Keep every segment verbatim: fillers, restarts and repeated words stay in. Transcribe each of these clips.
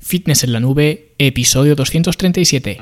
Fitness en la Nube, episodio doscientos treinta y siete.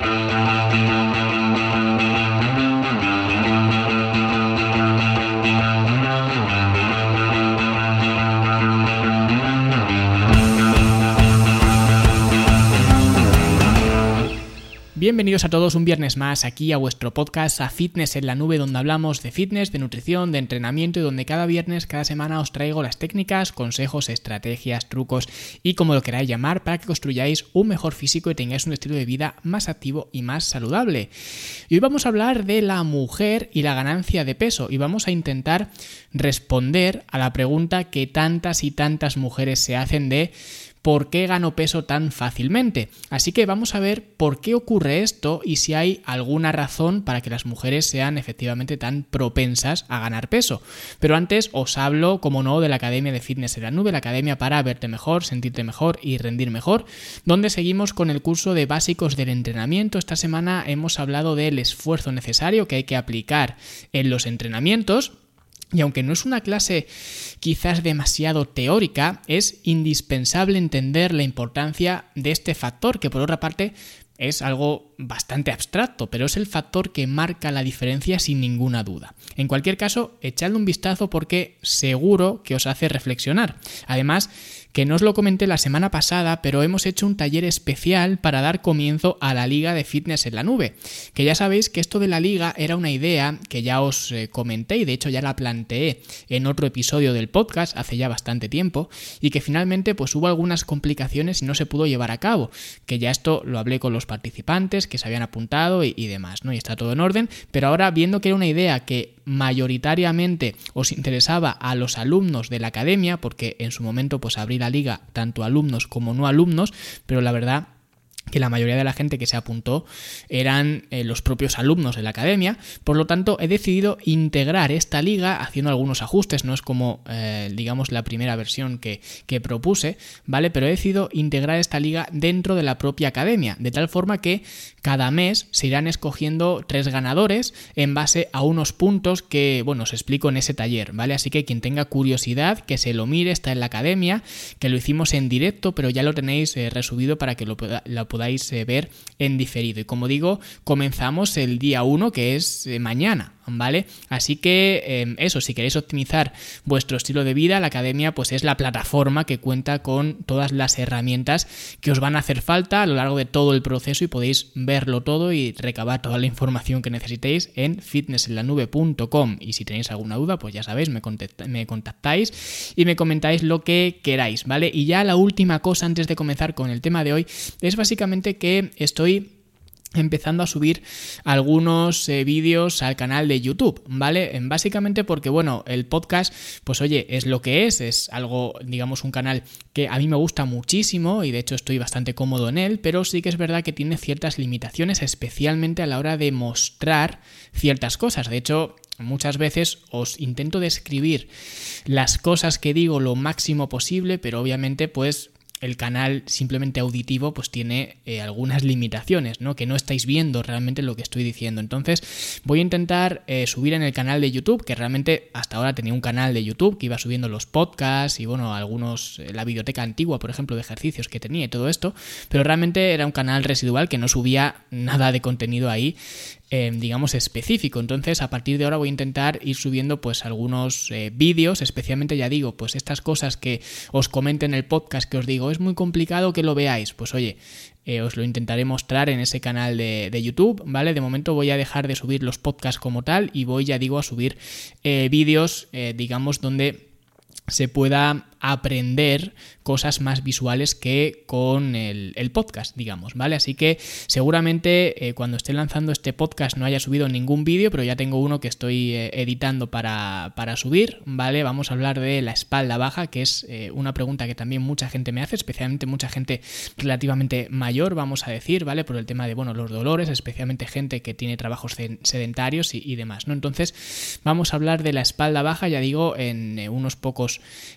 Bienvenidos a todos un viernes más aquí a vuestro podcast, a Fitness en la Nube, donde hablamos de fitness, de nutrición, de entrenamiento y donde cada viernes, cada semana os traigo las técnicas, consejos, estrategias, trucos y como lo queráis llamar para que construyáis un mejor físico y tengáis un estilo de vida más activo y más saludable. Y hoy vamos a hablar de la mujer y la ganancia de peso y vamos a intentar responder a la pregunta que tantas y tantas mujeres se hacen de ¿por qué gano peso tan fácilmente? Así que vamos a ver por qué ocurre esto y si hay alguna razón para que las mujeres sean efectivamente tan propensas a ganar peso. Pero antes os hablo, como no, de la Academia de Fitness en la Nube, la academia para verte mejor, sentirte mejor y rendir mejor, donde seguimos con el curso de básicos del entrenamiento. Esta semana hemos hablado del esfuerzo necesario que hay que aplicar en los entrenamientos. Y aunque no es una clase quizás demasiado teórica, es indispensable entender la importancia de este factor, que por otra parte es algo bastante abstracto, pero es el factor que marca la diferencia sin ninguna duda. En cualquier caso, echadle un vistazo porque seguro que os hace reflexionar. Además, que no os lo comenté la semana pasada, pero hemos hecho un taller especial para dar comienzo a la Liga de Fitness en la Nube. Que ya sabéis que esto de la Liga era una idea que ya os eh, comenté y de hecho ya la planteé en otro episodio del podcast hace ya bastante tiempo y que finalmente pues hubo algunas complicaciones y no se pudo llevar a cabo. Que ya esto lo hablé con los participantes que se habían apuntado y, y demás, ¿no? Y está todo en orden, pero ahora viendo que era una idea que mayoritariamente os interesaba a los alumnos de la academia, porque en su momento pues abrí la liga tanto alumnos como no alumnos, pero la verdad que la mayoría de la gente que se apuntó eran eh, los propios alumnos de la academia. Por lo tanto, he decidido integrar esta liga haciendo algunos ajustes, no es como, eh, digamos, la primera versión que, que propuse, ¿vale? Pero he decidido integrar esta liga dentro de la propia academia, de tal forma que cada mes se irán escogiendo tres ganadores en base a unos puntos que, bueno, os explico en ese taller, ¿vale? Así que quien tenga curiosidad, que se lo mire, está en la academia, que lo hicimos en directo, pero ya lo tenéis eh, resubido para que lo, pueda, lo podáis eh, ver en diferido. Y como digo, comenzamos el día uno, que es eh, mañana, ¿vale? Así que eh, eso, si queréis optimizar vuestro estilo de vida, la academia pues es la plataforma que cuenta con todas las herramientas que os van a hacer falta a lo largo de todo el proceso y podéis verlo todo y recabar toda la información que necesitéis en fitness en la nube punto com. Y si tenéis alguna duda, pues ya sabéis, me, contacta- me contactáis y me comentáis lo que queráis, ¿vale? Y ya la última cosa antes de comenzar con el tema de hoy es básicamente que estoy empezando a subir algunos eh, vídeos al canal de YouTube, ¿vale? Básicamente porque, bueno, el podcast, pues oye, es lo que es, es algo, digamos, un canal que a mí me gusta muchísimo y de hecho estoy bastante cómodo en él, pero sí que es verdad que tiene ciertas limitaciones, especialmente a la hora de mostrar ciertas cosas. De hecho, muchas veces os intento describir las cosas que digo lo máximo posible, pero obviamente, pues el canal simplemente auditivo pues tiene eh, algunas limitaciones, ¿no? Que no estáis viendo realmente lo que estoy diciendo. Entonces voy a intentar eh, subir en el canal de YouTube, que realmente hasta ahora tenía un canal de YouTube que iba subiendo los podcasts y bueno, algunos, eh, la biblioteca antigua, por ejemplo, de ejercicios que tenía y todo esto, pero realmente era un canal residual que no subía nada de contenido ahí, Eh, digamos, específico. Entonces, a partir de ahora voy a intentar ir subiendo pues algunos eh, vídeos, especialmente, ya digo, pues estas cosas que os comento en el podcast, que os digo, es muy complicado que lo veáis, pues oye, eh, os lo intentaré mostrar en ese canal de, de YouTube, ¿vale? De momento voy a dejar de subir los podcasts como tal y voy, ya digo, a subir eh, vídeos, eh, digamos, donde se pueda aprender cosas más visuales que con el, el podcast, digamos, ¿vale? Así que seguramente eh, cuando esté lanzando este podcast no haya subido ningún vídeo, pero ya tengo uno que estoy eh, editando para, para subir, ¿vale? Vamos a hablar de la espalda baja, que es eh, una pregunta que también mucha gente me hace, especialmente mucha gente relativamente mayor, vamos a decir, ¿vale? Por el tema de, bueno, los dolores, especialmente gente que tiene trabajos sedentarios y, y demás, ¿no? Entonces, vamos a hablar de la espalda baja, ya digo, en eh, unos pocos eh,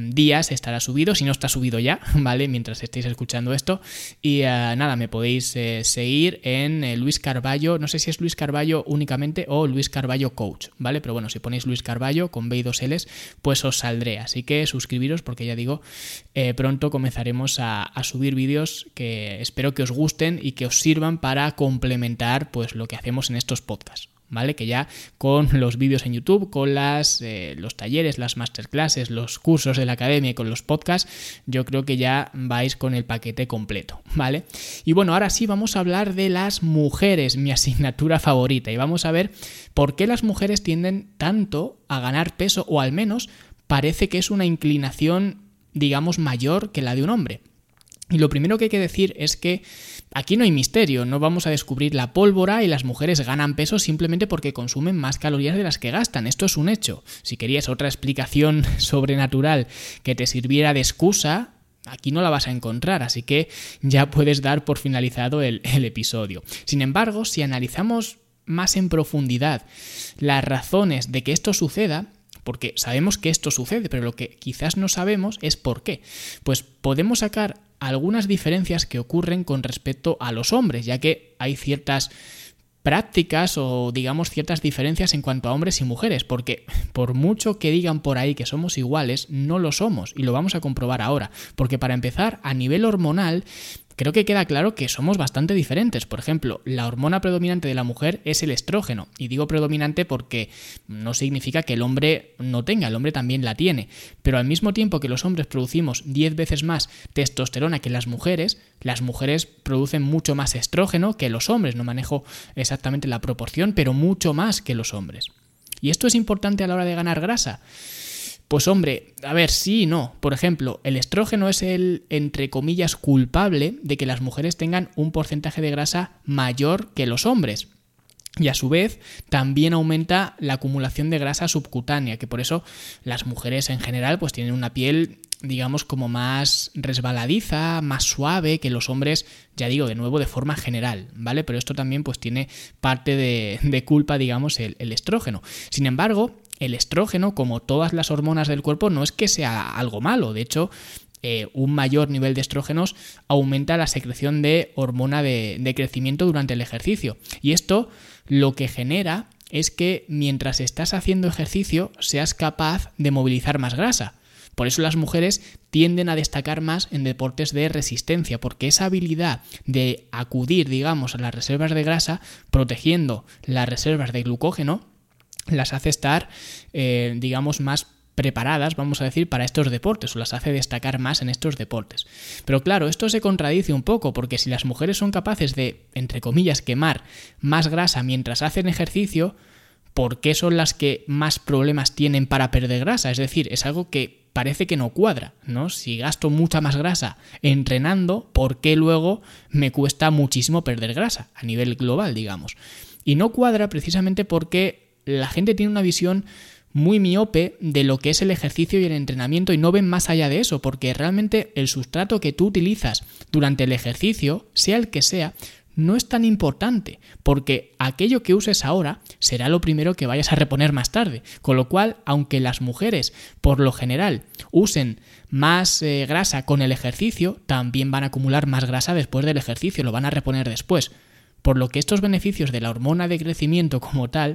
días estará subido, si no está subido ya, ¿vale? Mientras estéis escuchando esto. Y uh, nada, me podéis eh, seguir en eh, Luis Carballo, no sé si es Luis Carballo únicamente o Luis Carballo Coach, ¿vale? Pero bueno, si ponéis Luis Carballo con B y dos L's, pues os saldré. Así que suscribiros porque ya digo, eh, pronto comenzaremos a, a subir vídeos que espero que os gusten y que os sirvan para complementar pues lo que hacemos en estos podcasts. ¿Vale? Que ya con los vídeos en YouTube, con las, eh, los talleres, las masterclasses, los cursos de la academia y con los podcasts, yo creo que ya vais con el paquete completo, ¿vale? Y bueno, ahora sí vamos a hablar de las mujeres, mi asignatura favorita, y vamos a ver por qué las mujeres tienden tanto a ganar peso, o al menos parece que es una inclinación, digamos, mayor que la de un hombre. Y lo primero que hay que decir es que aquí no hay misterio, no vamos a descubrir la pólvora y las mujeres ganan peso simplemente porque consumen más calorías de las que gastan. Esto es un hecho. Si querías otra explicación sobrenatural que te sirviera de excusa, aquí no la vas a encontrar, así que ya puedes dar por finalizado el, el episodio. Sin embargo, si analizamos más en profundidad las razones de que esto suceda, porque sabemos que esto sucede, pero lo que quizás no sabemos es por qué, pues podemos sacar algunas diferencias que ocurren con respecto a los hombres, ya que hay ciertas prácticas o digamos ciertas diferencias en cuanto a hombres y mujeres, porque por mucho que digan por ahí que somos iguales, no lo somos, y lo vamos a comprobar ahora, porque para empezar, a nivel hormonal, creo que queda claro que somos bastante diferentes. Por ejemplo, la hormona predominante de la mujer es el estrógeno. Y digo predominante porque no significa que el hombre no tenga, el hombre también la tiene. Pero al mismo tiempo que los hombres producimos diez veces más testosterona que las mujeres, las mujeres producen mucho más estrógeno que los hombres. No manejo exactamente la proporción, pero mucho más que los hombres. ¿Y esto es importante a la hora de ganar grasa? Pues hombre, a ver, sí y no. Por ejemplo, el estrógeno es el, entre comillas, culpable de que las mujeres tengan un porcentaje de grasa mayor que los hombres. Y a su vez también aumenta la acumulación de grasa subcutánea, que por eso las mujeres en general pues tienen una piel, digamos, como más resbaladiza, más suave que los hombres, ya digo, de nuevo de forma general, ¿vale? Pero esto también pues tiene parte de, de culpa, digamos, el, el estrógeno. Sin embargo, el estrógeno, como todas las hormonas del cuerpo, no es que sea algo malo. De hecho, eh, un mayor nivel de estrógenos aumenta la secreción de hormona de, de crecimiento durante el ejercicio. Y esto lo que genera es que mientras estás haciendo ejercicio seas capaz de movilizar más grasa. Por eso las mujeres tienden a destacar más en deportes de resistencia, porque esa habilidad de acudir, digamos, a las reservas de grasa, protegiendo las reservas de glucógeno, las hace estar, eh, digamos, más preparadas, vamos a decir, para estos deportes, o las hace destacar más en estos deportes. Pero claro, esto se contradice un poco, porque si las mujeres son capaces de, entre comillas, quemar más grasa mientras hacen ejercicio, ¿por qué son las que más problemas tienen para perder grasa? Es decir, es algo que parece que no cuadra, ¿no? Si gasto mucha más grasa entrenando, ¿por qué luego me cuesta muchísimo perder grasa? A nivel global, digamos. Y no cuadra precisamente porque la gente tiene una visión muy miope de lo que es el ejercicio y el entrenamiento y no ven más allá de eso, porque realmente el sustrato que tú utilizas durante el ejercicio, sea el que sea, no es tan importante, porque aquello que uses ahora será lo primero que vayas a reponer más tarde. Con lo cual, aunque las mujeres, por lo general, usen más eh, grasa con el ejercicio, también van a acumular más grasa después del ejercicio, lo van a reponer después. Por lo que estos beneficios de la hormona de crecimiento como tal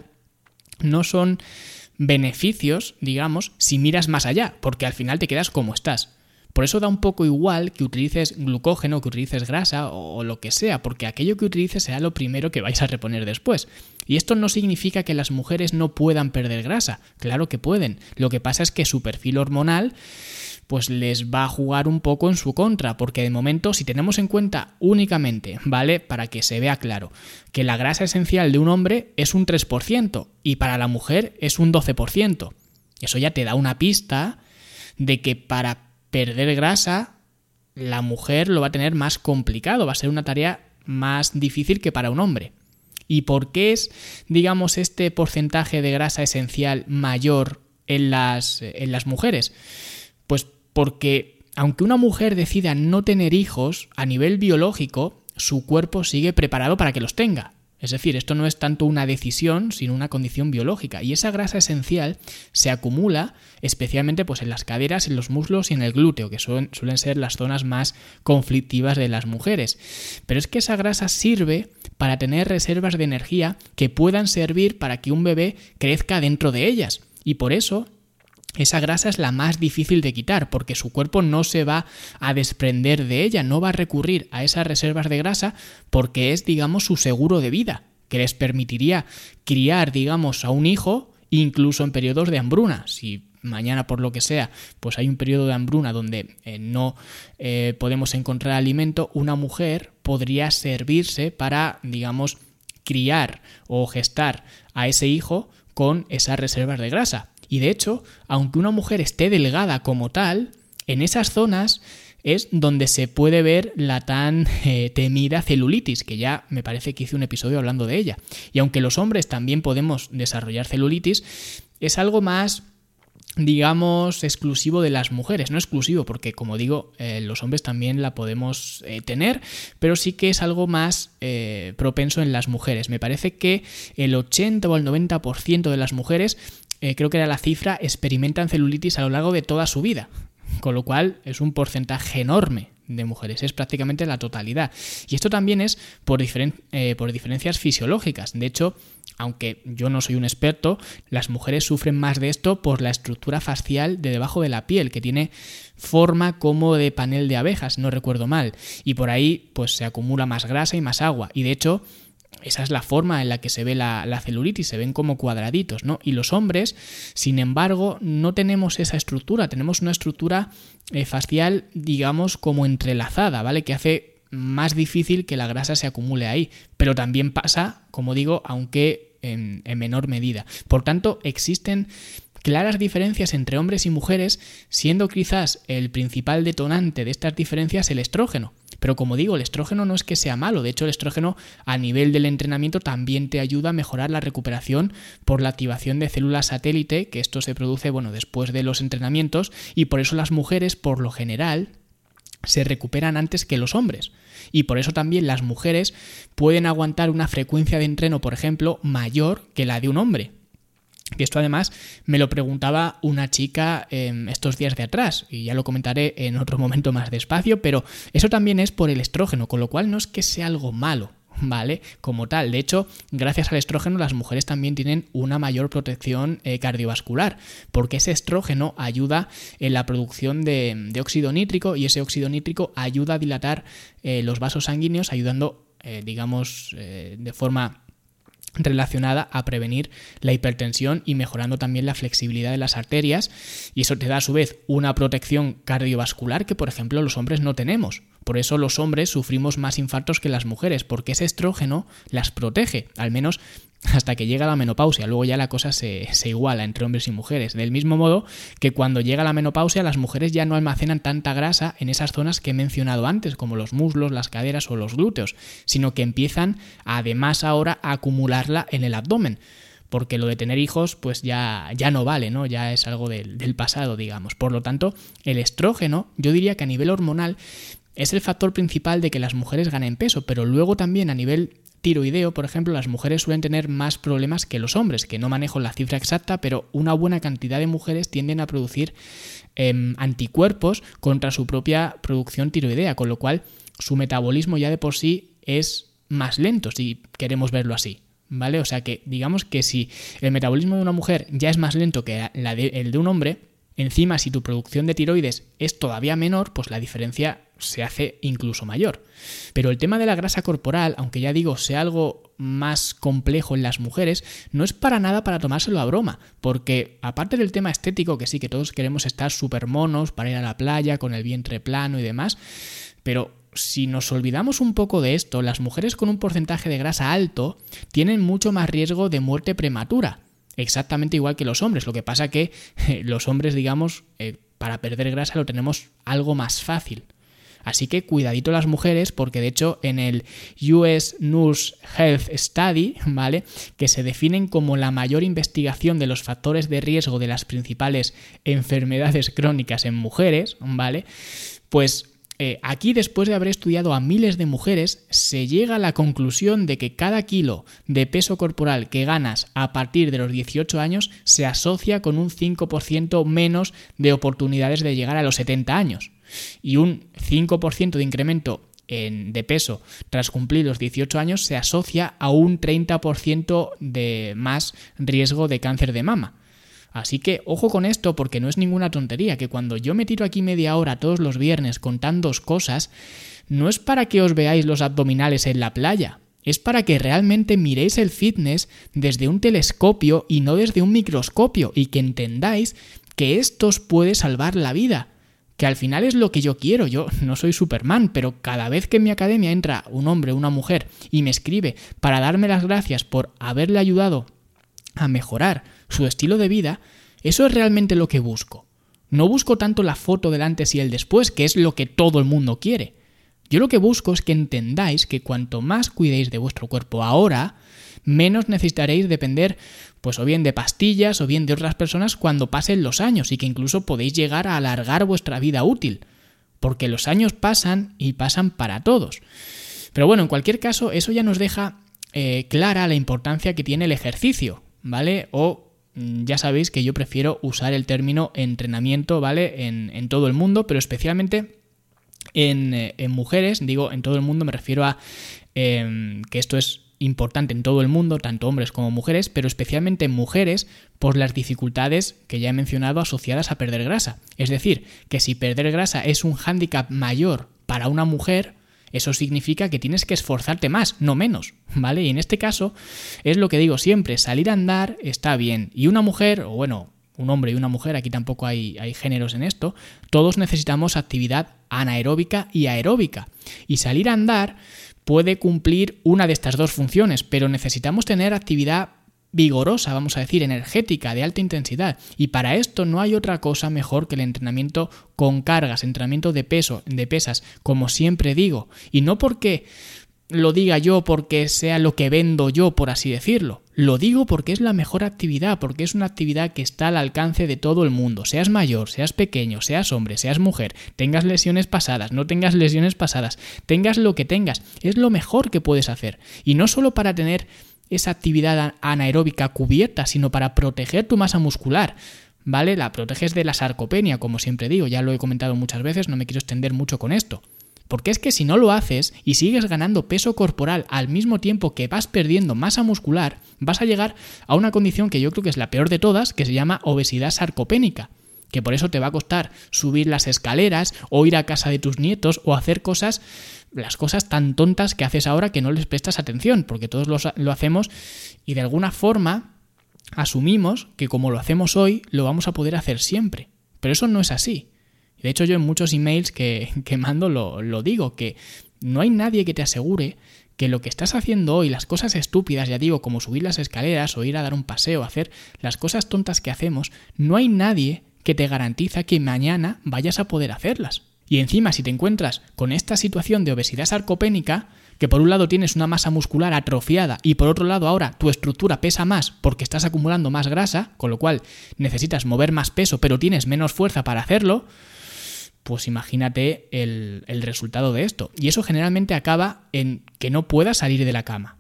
no son beneficios, digamos, si miras más allá, porque al final te quedas como estás. Por eso da un poco igual que utilices glucógeno, que utilices grasa o, o lo que sea, porque aquello que utilices será lo primero que vais a reponer después. Y esto no significa que las mujeres no puedan perder grasa, claro que pueden. Lo que pasa es que su perfil hormonal pues les va a jugar un poco en su contra, porque de momento, si tenemos en cuenta únicamente, ¿vale? Para que se vea claro, que la grasa esencial de un hombre es un tres por ciento y para la mujer es un doce por ciento. Eso ya te da una pista de que para perder grasa la mujer lo va a tener más complicado, va a ser una tarea más difícil que para un hombre. ¿Y por qué es, digamos, este porcentaje de grasa esencial mayor en las, en las mujeres? Pues porque aunque una mujer decida no tener hijos, a nivel biológico, su cuerpo sigue preparado para que los tenga. Es decir, esto no es tanto una decisión, sino una condición biológica. Y esa grasa esencial se acumula especialmente pues, en las caderas, en los muslos y en el glúteo, que son, suelen ser las zonas más conflictivas de las mujeres. Pero es que esa grasa sirve para tener reservas de energía que puedan servir para que un bebé crezca dentro de ellas. Y por eso esa grasa es la más difícil de quitar, porque su cuerpo no se va a desprender de ella, no va a recurrir a esas reservas de grasa porque es, digamos, su seguro de vida, que les permitiría criar, digamos, a un hijo incluso en periodos de hambruna. Si mañana, por lo que sea, pues hay un periodo de hambruna donde eh, no eh, podemos encontrar alimento, una mujer podría servirse para, digamos, criar o gestar a ese hijo con esas reservas de grasa. Y de hecho, aunque una mujer esté delgada como tal, en esas zonas es donde se puede ver la tan eh, temida celulitis, que ya me parece que hice un episodio hablando de ella. Y aunque los hombres también podemos desarrollar celulitis, es algo más, digamos, exclusivo de las mujeres. No exclusivo porque, como digo, eh, los hombres también la podemos eh, tener, pero sí que es algo más eh, propenso en las mujeres. Me parece que el ochenta o el noventa por ciento de las mujeres, eh, creo que era la cifra, experimentan celulitis a lo largo de toda su vida. Con lo cual es un porcentaje enorme de mujeres, es prácticamente la totalidad. Y esto también es por, diferen- eh, por diferencias fisiológicas. De hecho, aunque yo no soy un experto, las mujeres sufren más de esto por la estructura facial de debajo de la piel, que tiene forma como de panel de abejas, no recuerdo mal. Y por ahí pues se acumula más grasa y más agua. Y de hecho, esa es la forma en la que se ve la, la celulitis, se ven como cuadraditos, ¿no? Y los hombres, sin embargo, no tenemos esa estructura, tenemos una estructura eh, facial, digamos, como entrelazada, ¿vale? Que hace más difícil que la grasa se acumule ahí, pero también pasa, como digo, aunque en, en menor medida. Por tanto, existen claras diferencias entre hombres y mujeres, siendo quizás el principal detonante de estas diferencias el estrógeno. Pero como digo, el estrógeno no es que sea malo, de hecho el estrógeno a nivel del entrenamiento también te ayuda a mejorar la recuperación por la activación de células satélite, que esto se produce, bueno, después de los entrenamientos, y por eso las mujeres, por lo general, se recuperan antes que los hombres. Y por eso también las mujeres pueden aguantar una frecuencia de entreno, por ejemplo, mayor que la de un hombre. Que esto además me lo preguntaba una chica eh, estos días de atrás, y ya lo comentaré en otro momento más despacio, pero eso también es por el estrógeno, con lo cual no es que sea algo malo, ¿vale? Como tal. De hecho, gracias al estrógeno las mujeres también tienen una mayor protección eh, cardiovascular, porque ese estrógeno ayuda en la producción de, de óxido nítrico, y ese óxido nítrico ayuda a dilatar eh, los vasos sanguíneos, ayudando, eh, digamos, eh, de forma relacionada a prevenir la hipertensión y mejorando también la flexibilidad de las arterias, y eso te da a su vez una protección cardiovascular que, por ejemplo, los hombres no tenemos. Por eso los hombres sufrimos más infartos que las mujeres, porque ese estrógeno las protege, al menos hasta que llega la menopausia. Luego ya la cosa se, se iguala entre hombres y mujeres. Del mismo modo que cuando llega la menopausia, las mujeres ya no almacenan tanta grasa en esas zonas que he mencionado antes, como los muslos, las caderas o los glúteos, sino que empiezan además ahora a acumularla en el abdomen. Porque lo de tener hijos pues ya, ya no vale, ¿no? Ya es algo del, del pasado, digamos. Por lo tanto, el estrógeno, yo diría que a nivel hormonal es el factor principal de que las mujeres ganen peso, pero luego también a nivel tiroideo, por ejemplo, las mujeres suelen tener más problemas que los hombres, que no manejo la cifra exacta, pero una buena cantidad de mujeres tienden a producir eh, anticuerpos contra su propia producción tiroidea, con lo cual su metabolismo ya de por sí es más lento, si queremos verlo así, ¿vale? O sea que digamos que si el metabolismo de una mujer ya es más lento que la de, el de un hombre, encima si tu producción de tiroides es todavía menor, pues la diferencia se hace incluso mayor. Pero el tema de la grasa corporal, aunque ya digo sea algo más complejo en las mujeres, no es para nada para tomárselo a broma, porque aparte del tema estético, que sí que todos queremos estar súper monos para ir a la playa con el vientre plano y demás, pero si nos olvidamos un poco de esto, las mujeres con un porcentaje de grasa alto tienen mucho más riesgo de muerte prematura, exactamente igual que los hombres. Lo que pasa que eh, los hombres, digamos, eh, para perder grasa lo tenemos algo más fácil. Así que cuidadito las mujeres, porque de hecho en el U S Nurse Health Study, ¿vale?, que se definen como la mayor investigación de los factores de riesgo de las principales enfermedades crónicas en mujeres, ¿vale?, pues eh, aquí, después de haber estudiado a miles de mujeres, se llega a la conclusión de que cada kilo de peso corporal que ganas a partir de los dieciocho años se asocia con un cinco por ciento menos de oportunidades de llegar a los setenta años. Y un cinco por ciento de incremento en, de peso tras cumplir los dieciocho años se asocia a un treinta por ciento de más riesgo de cáncer de mama. Así que ojo con esto, porque no es ninguna tontería, que cuando yo me tiro aquí media hora todos los viernes contándoos cosas, no es para que os veáis los abdominales en la playa, es para que realmente miréis el fitness desde un telescopio y no desde un microscopio, y que entendáis que esto os puede salvar la vida. Que al final es lo que yo quiero. Yo no soy Superman, pero cada vez que en mi academia entra un hombre o una mujer y me escribe para darme las gracias por haberle ayudado a mejorar su estilo de vida, eso es realmente lo que busco. No busco tanto la foto del antes y el después, que es lo que todo el mundo quiere. Yo lo que busco es que entendáis que cuanto más cuidéis de vuestro cuerpo ahora, menos necesitaréis depender, pues o bien de pastillas o bien de otras personas cuando pasen los años, y que incluso podéis llegar a alargar vuestra vida útil, porque los años pasan y pasan para todos. Pero bueno, en cualquier caso, eso ya nos deja eh, clara la importancia que tiene el ejercicio, ¿vale? O ya sabéis que yo prefiero usar el término entrenamiento, ¿vale? En, en todo el mundo, pero especialmente en, en mujeres. Digo en todo el mundo, me refiero a eh, que esto es importante en todo el mundo, tanto hombres como mujeres, pero especialmente en mujeres por las dificultades que ya he mencionado asociadas a perder grasa. Es decir, que si perder grasa es un hándicap mayor para una mujer, eso significa que tienes que esforzarte más, no menos, ¿vale? Y en este caso es lo que digo siempre, salir a andar está bien. Y una mujer, o bueno, un hombre y una mujer, aquí tampoco hay, hay géneros en esto, todos necesitamos actividad anaeróbica y aeróbica. Y salir a andar puede cumplir una de estas dos funciones, pero necesitamos tener actividad vigorosa, vamos a decir, energética, de alta intensidad. Y para esto no hay otra cosa mejor que el entrenamiento con cargas, entrenamiento de peso, de pesas, como siempre digo. Y no porque lo diga yo, porque sea lo que vendo yo, por así decirlo. Lo digo porque es la mejor actividad, porque es una actividad que está al alcance de todo el mundo. Seas mayor, seas pequeño, seas hombre, seas mujer, tengas lesiones pasadas, no tengas lesiones pasadas, tengas lo que tengas. Es lo mejor que puedes hacer. Y no solo para tener esa actividad anaeróbica cubierta, sino para proteger tu masa muscular, ¿vale? La proteges de la sarcopenia, como siempre digo, ya lo he comentado muchas veces, no me quiero extender mucho con esto. Porque es que si no lo haces y sigues ganando peso corporal al mismo tiempo que vas perdiendo masa muscular, vas a llegar a una condición que yo creo que es la peor de todas, que se llama obesidad sarcopénica. Que por eso te va a costar subir las escaleras o ir a casa de tus nietos o hacer cosas, las cosas tan tontas que haces ahora que no les prestas atención, porque todos lo, lo hacemos y de alguna forma asumimos que como lo hacemos hoy, lo vamos a poder hacer siempre. Pero eso no es así. De hecho, yo en muchos emails que, que mando lo, lo digo, que no hay nadie que te asegure que lo que estás haciendo hoy, las cosas estúpidas, ya digo, como subir las escaleras o ir a dar un paseo, hacer las cosas tontas que hacemos, no hay nadie que te garantiza que mañana vayas a poder hacerlas. Y encima, si te encuentras con esta situación de obesidad sarcopénica, que por un lado tienes una masa muscular atrofiada y por otro lado ahora tu estructura pesa más porque estás acumulando más grasa, con lo cual necesitas mover más peso pero tienes menos fuerza para hacerlo, pues imagínate el, el resultado de esto. Y eso generalmente acaba en que no puedas salir de la cama.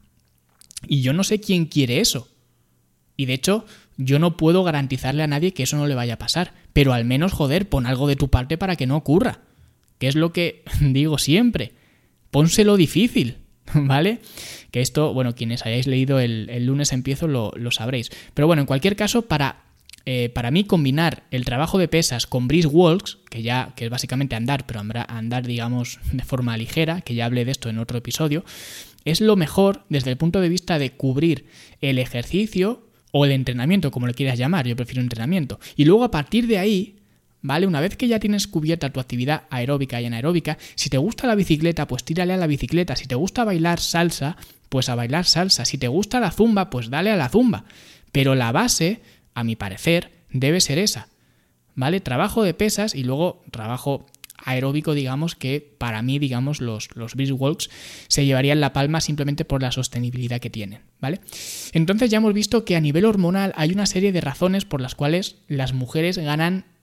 Y yo no sé quién quiere eso. Y de hecho, yo no puedo garantizarle a nadie que eso no le vaya a pasar. Pero al menos, joder, pon algo de tu parte para que no ocurra. Que es lo que digo siempre. Pónselo difícil, ¿vale? Que esto, bueno, quienes hayáis leído el, el lunes empiezo lo, lo sabréis. Pero bueno, en cualquier caso, para... Eh, para mí combinar el trabajo de pesas con brisk walks, que ya que es básicamente andar, pero andar digamos de forma ligera, que ya hablé de esto en otro episodio, es lo mejor desde el punto de vista de cubrir el ejercicio o el entrenamiento, como le quieras llamar, yo prefiero entrenamiento. Y luego a partir de ahí, ¿vale? Una vez que ya tienes cubierta tu actividad aeróbica y anaeróbica, si te gusta la bicicleta, pues tírale a la bicicleta. Si te gusta bailar salsa, pues a bailar salsa. Si te gusta la zumba, pues dale a la zumba. Pero la base, a mi parecer, debe ser esa, ¿vale? Trabajo de pesas y luego trabajo aeróbico, digamos, que para mí, digamos, los, los brisk walks se llevarían la palma simplemente por la sostenibilidad que tienen, ¿vale? Entonces ya hemos visto que a nivel hormonal hay una serie de razones por las cuales las mujeres ganan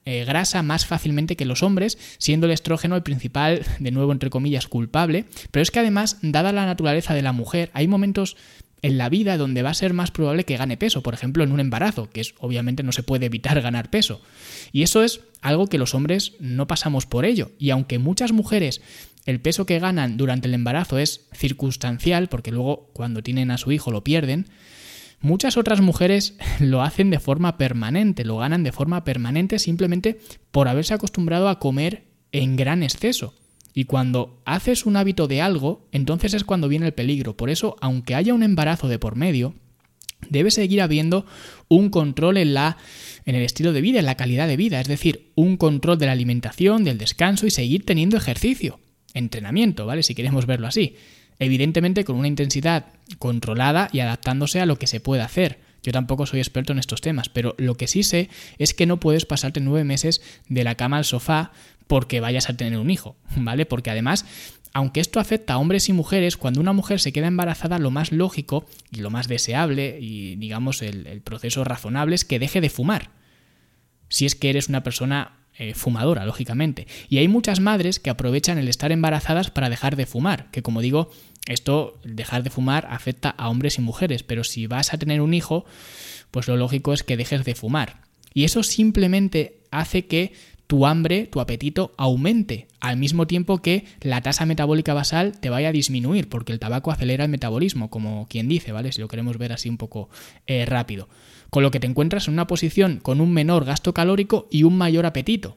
eh, grasa más fácilmente que los hombres, siendo el estrógeno el principal, de nuevo entre comillas, culpable. Pero es que además, dada la naturaleza de la mujer, hay momentos en la vida donde va a ser más probable que gane peso, por ejemplo en un embarazo, que es obviamente no se puede evitar ganar peso. Y eso es algo que los hombres no pasamos por ello. Y aunque muchas mujeres el peso que ganan durante el embarazo es circunstancial, porque luego cuando tienen a su hijo lo pierden, muchas otras mujeres lo hacen de forma permanente, lo ganan de forma permanente simplemente por haberse acostumbrado a comer en gran exceso. Y cuando haces un hábito de algo, entonces es cuando viene el peligro. Por eso, aunque haya un embarazo de por medio, debe seguir habiendo un control en, la, en el estilo de vida, en la calidad de vida. Es decir, un control de la alimentación, del descanso y seguir teniendo ejercicio, entrenamiento, ¿vale? Si queremos verlo así. Evidentemente con una intensidad controlada y adaptándose a lo que se puede hacer. Yo tampoco soy experto en estos temas, pero lo que sí sé es que no puedes pasarte nueve meses de la cama al sofá porque vayas a tener un hijo, ¿vale? Porque además, aunque esto afecta a hombres y mujeres, cuando una mujer se queda embarazada, lo más lógico y lo más deseable y, digamos, el, el proceso razonable es que deje de fumar. Si es que eres una persona eh, fumadora, lógicamente. Y hay muchas madres que aprovechan el estar embarazadas para dejar de fumar, que como digo, esto, dejar de fumar, afecta a hombres y mujeres, pero si vas a tener un hijo, pues lo lógico es que dejes de fumar. Y eso simplemente hace que tu hambre, tu apetito aumente, al mismo tiempo que la tasa metabólica basal te vaya a disminuir, porque el tabaco acelera el metabolismo, como quien dice, ¿vale? Si lo queremos ver así un poco eh, rápido. Con lo que te encuentras en una posición con un menor gasto calórico y un mayor apetito.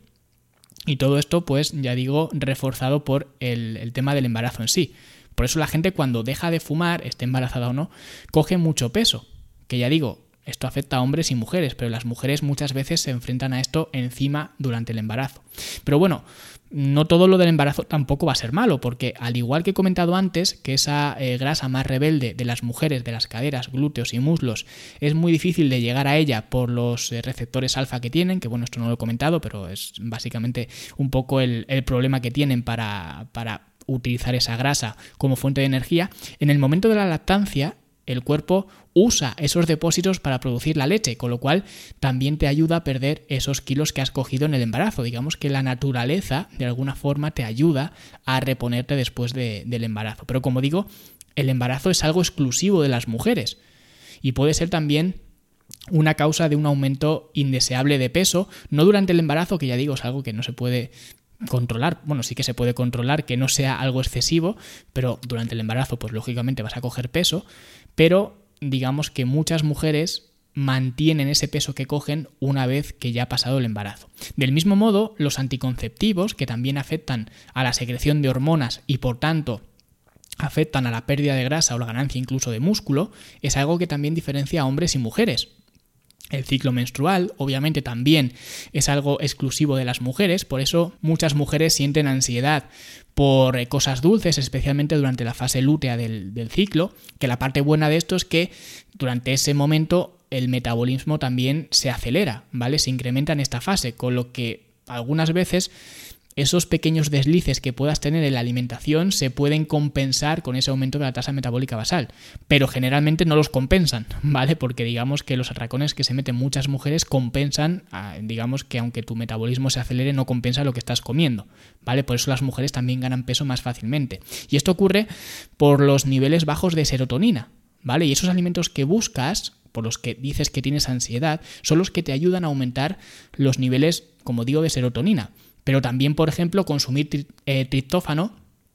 Y todo esto, pues, ya digo, reforzado por el, el tema del embarazo en sí. Por eso la gente cuando deja de fumar, esté embarazada o no, coge mucho peso, que ya digo, esto afecta a hombres y mujeres, pero las mujeres muchas veces se enfrentan a esto encima durante el embarazo. Pero bueno, no todo lo del embarazo tampoco va a ser malo, porque al igual que he comentado antes, que esa eh, grasa más rebelde de las mujeres, de las caderas, glúteos y muslos, es muy difícil de llegar a ella por los eh, receptores alfa que tienen, que bueno, esto no lo he comentado, pero es básicamente un poco el, el problema que tienen para, para utilizar esa grasa como fuente de energía. En el momento de la lactancia, el cuerpo usa esos depósitos para producir la leche, con lo cual también te ayuda a perder esos kilos que has cogido en el embarazo. Digamos que la naturaleza, de alguna forma, te ayuda a reponerte después de, del embarazo. Pero como digo, el embarazo es algo exclusivo de las mujeres y puede ser también una causa de un aumento indeseable de peso, no durante el embarazo, que ya digo, es algo que no se puede controlar, bueno, sí que se puede controlar que no sea algo excesivo, pero durante el embarazo pues lógicamente vas a coger peso, pero digamos que muchas mujeres mantienen ese peso que cogen una vez que ya ha pasado el embarazo. Del mismo modo, los anticonceptivos, que también afectan a la secreción de hormonas y por tanto afectan a la pérdida de grasa o la ganancia incluso de músculo, es algo que también diferencia a hombres y mujeres. El ciclo menstrual, obviamente, también es algo exclusivo de las mujeres, por eso muchas mujeres sienten ansiedad por cosas dulces, especialmente durante la fase lútea del, del ciclo, que la parte buena de esto es que durante ese momento el metabolismo también se acelera, ¿vale? Se incrementa en esta fase, con lo que algunas veces esos pequeños deslices que puedas tener en la alimentación se pueden compensar con ese aumento de la tasa metabólica basal, pero generalmente no los compensan, ¿vale? Porque digamos que los atracones que se meten muchas mujeres compensan, digamos que aunque tu metabolismo se acelere, no compensa lo que estás comiendo, ¿vale? Por eso las mujeres también ganan peso más fácilmente. Y esto ocurre por los niveles bajos de serotonina, ¿vale? Y esos alimentos que buscas, por los que dices que tienes ansiedad, son los que te ayudan a aumentar los niveles, como digo, de serotonina. Pero también, por ejemplo, consumir tri- eh, triptófano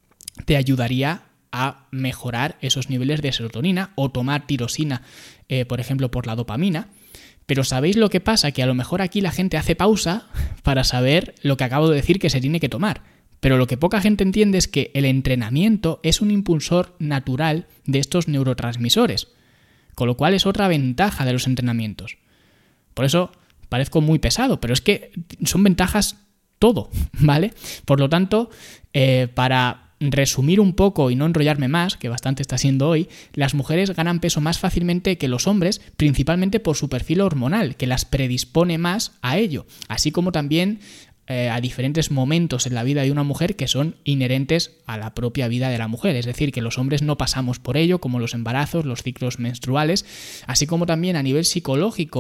te ayudaría a mejorar esos niveles de serotonina o tomar tirosina, eh, por ejemplo, por la dopamina. Pero ¿sabéis lo que pasa? Que a lo mejor aquí la gente hace pausa para saber lo que acabo de decir que se tiene que tomar. Pero lo que poca gente entiende es que el entrenamiento es un impulsor natural de estos neurotransmisores, con lo cual es otra ventaja de los entrenamientos. Por eso parezco muy pesado, pero es que son ventajas todo, ¿vale? Por lo tanto, eh, para resumir un poco y no enrollarme más, que bastante está siendo hoy, las mujeres ganan peso más fácilmente que los hombres, principalmente por su perfil hormonal, que las predispone más a ello, así como también eh, a diferentes momentos en la vida de una mujer que son inherentes a la propia vida de la mujer, es decir, que los hombres no pasamos por ello, como los embarazos, los ciclos menstruales, así como también a nivel psicológico.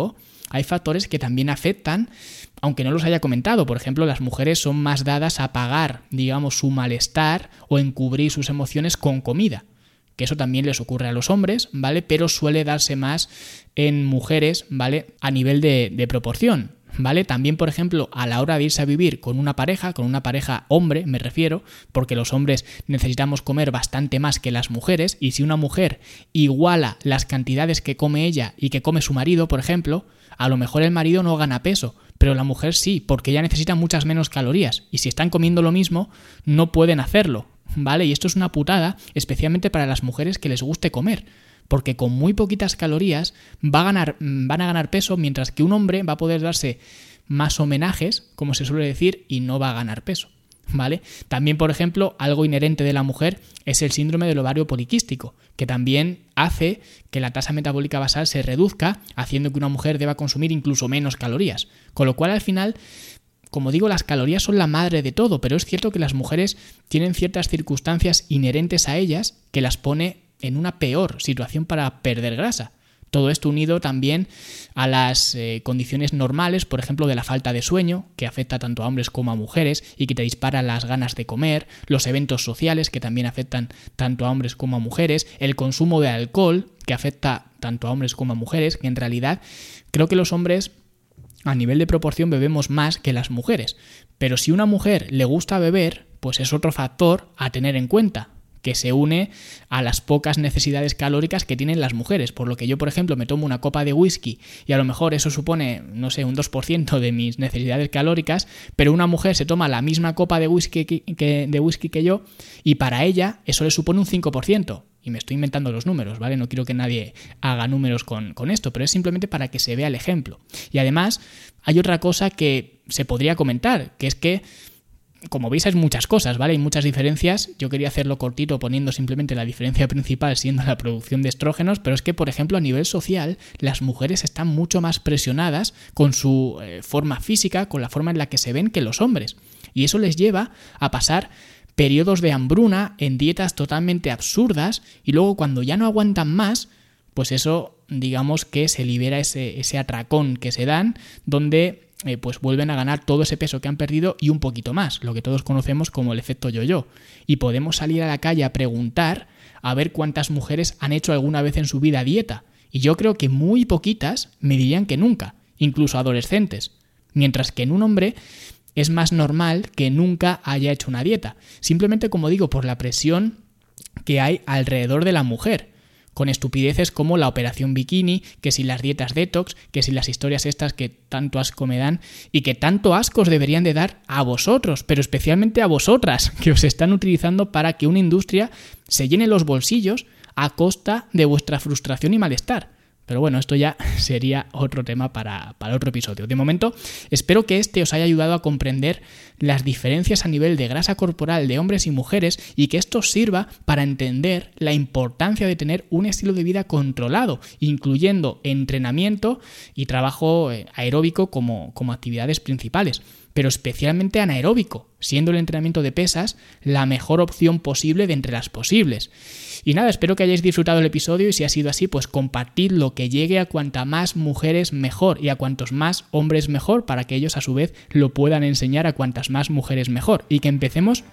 hay factores que también afectan, aunque no los haya comentado. Por ejemplo, las mujeres son más dadas a pagar, digamos, su malestar o encubrir sus emociones con comida. Que eso también les ocurre a los hombres, ¿vale? Pero suele darse más en mujeres, ¿vale? A nivel de, de proporción, ¿vale? También, por ejemplo, a la hora de irse a vivir con una pareja, con una pareja hombre, me refiero, porque los hombres necesitamos comer bastante más que las mujeres, y si una mujer iguala las cantidades que come ella y que come su marido, por ejemplo, a lo mejor el marido no gana peso, pero la mujer sí, porque ella necesita muchas menos calorías, y si están comiendo lo mismo, no pueden hacerlo, ¿vale? Y esto es una putada, especialmente para las mujeres que les guste comer, porque con muy poquitas calorías va a ganar, van a ganar peso, mientras que un hombre va a poder darse más homenajes, como se suele decir, y no va a ganar peso, ¿vale? También, por ejemplo, algo inherente de la mujer es el síndrome del ovario poliquístico, que también hace que la tasa metabólica basal se reduzca, haciendo que una mujer deba consumir incluso menos calorías, con lo cual al final, como digo, las calorías son la madre de todo, pero es cierto que las mujeres tienen ciertas circunstancias inherentes a ellas que las pone en una peor situación para perder grasa. Todo esto unido también a las eh, condiciones normales, por ejemplo, de la falta de sueño, que afecta tanto a hombres como a mujeres y que te dispara las ganas de comer, los eventos sociales, que también afectan tanto a hombres como a mujeres, el consumo de alcohol, que afecta tanto a hombres como a mujeres, que en realidad creo que los hombres a nivel de proporción bebemos más que las mujeres. Pero si a una mujer le gusta beber, pues es otro factor a tener en cuenta, que se une a las pocas necesidades calóricas que tienen las mujeres. Por lo que yo, por ejemplo, me tomo una copa de whisky y a lo mejor eso supone, no sé, un dos por ciento de mis necesidades calóricas, pero una mujer se toma la misma copa de whisky que, que, de whisky que yo y para ella eso le supone un cinco por ciento. Y me estoy inventando los números, ¿vale? No quiero que nadie haga números con, con esto, pero es simplemente para que se vea el ejemplo. Y además hay otra cosa que se podría comentar, que es que, como veis, hay muchas cosas, ¿vale? Hay muchas diferencias. Yo quería hacerlo cortito poniendo simplemente la diferencia principal siendo la producción de estrógenos, pero es que, por ejemplo, a nivel social, las mujeres están mucho más presionadas con su eh, forma física, con la forma en la que se ven que los hombres. Y eso les lleva a pasar periodos de hambruna en dietas totalmente absurdas y luego cuando ya no aguantan más, pues eso, digamos que se libera ese, ese atracón que se dan, donde Eh, pues vuelven a ganar todo ese peso que han perdido y un poquito más, lo que todos conocemos como el efecto yo-yo. Y podemos salir a la calle a preguntar a ver cuántas mujeres han hecho alguna vez en su vida dieta. Y yo creo que muy poquitas me dirían que nunca, incluso adolescentes. Mientras que en un hombre es más normal que nunca haya hecho una dieta. Simplemente, como digo, por la presión que hay alrededor de la mujer, con estupideces como la operación bikini, que si las dietas detox, que si las historias estas que tanto asco me dan y que tanto asco os deberían de dar a vosotros, pero especialmente a vosotras, que os están utilizando para que una industria se llene los bolsillos a costa de vuestra frustración y malestar. Pero bueno, esto ya sería otro tema para, para otro episodio. De momento, espero que este os haya ayudado a comprender las diferencias a nivel de grasa corporal de hombres y mujeres y que esto os sirva para entender la importancia de tener un estilo de vida controlado, incluyendo entrenamiento y trabajo aeróbico como, como actividades principales, pero especialmente anaeróbico, siendo el entrenamiento de pesas la mejor opción posible de entre las posibles. Y nada, espero que hayáis disfrutado el episodio y si ha sido así, pues compartidlo, que llegue a cuanta más mujeres mejor y a cuantos más hombres mejor, para que ellos a su vez lo puedan enseñar a cuantas más mujeres mejor y que empecemos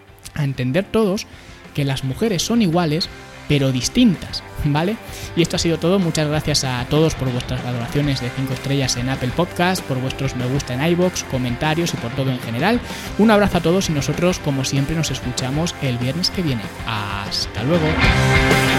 a entender todos que las mujeres son iguales pero distintas, ¿vale? Y esto ha sido todo. Muchas gracias a todos por vuestras valoraciones de cinco estrellas en Apple Podcast, por vuestros me gusta en iVoox, comentarios y por todo en general. Un abrazo a todos y nosotros, como siempre, nos escuchamos el viernes que viene. ¡Hasta luego!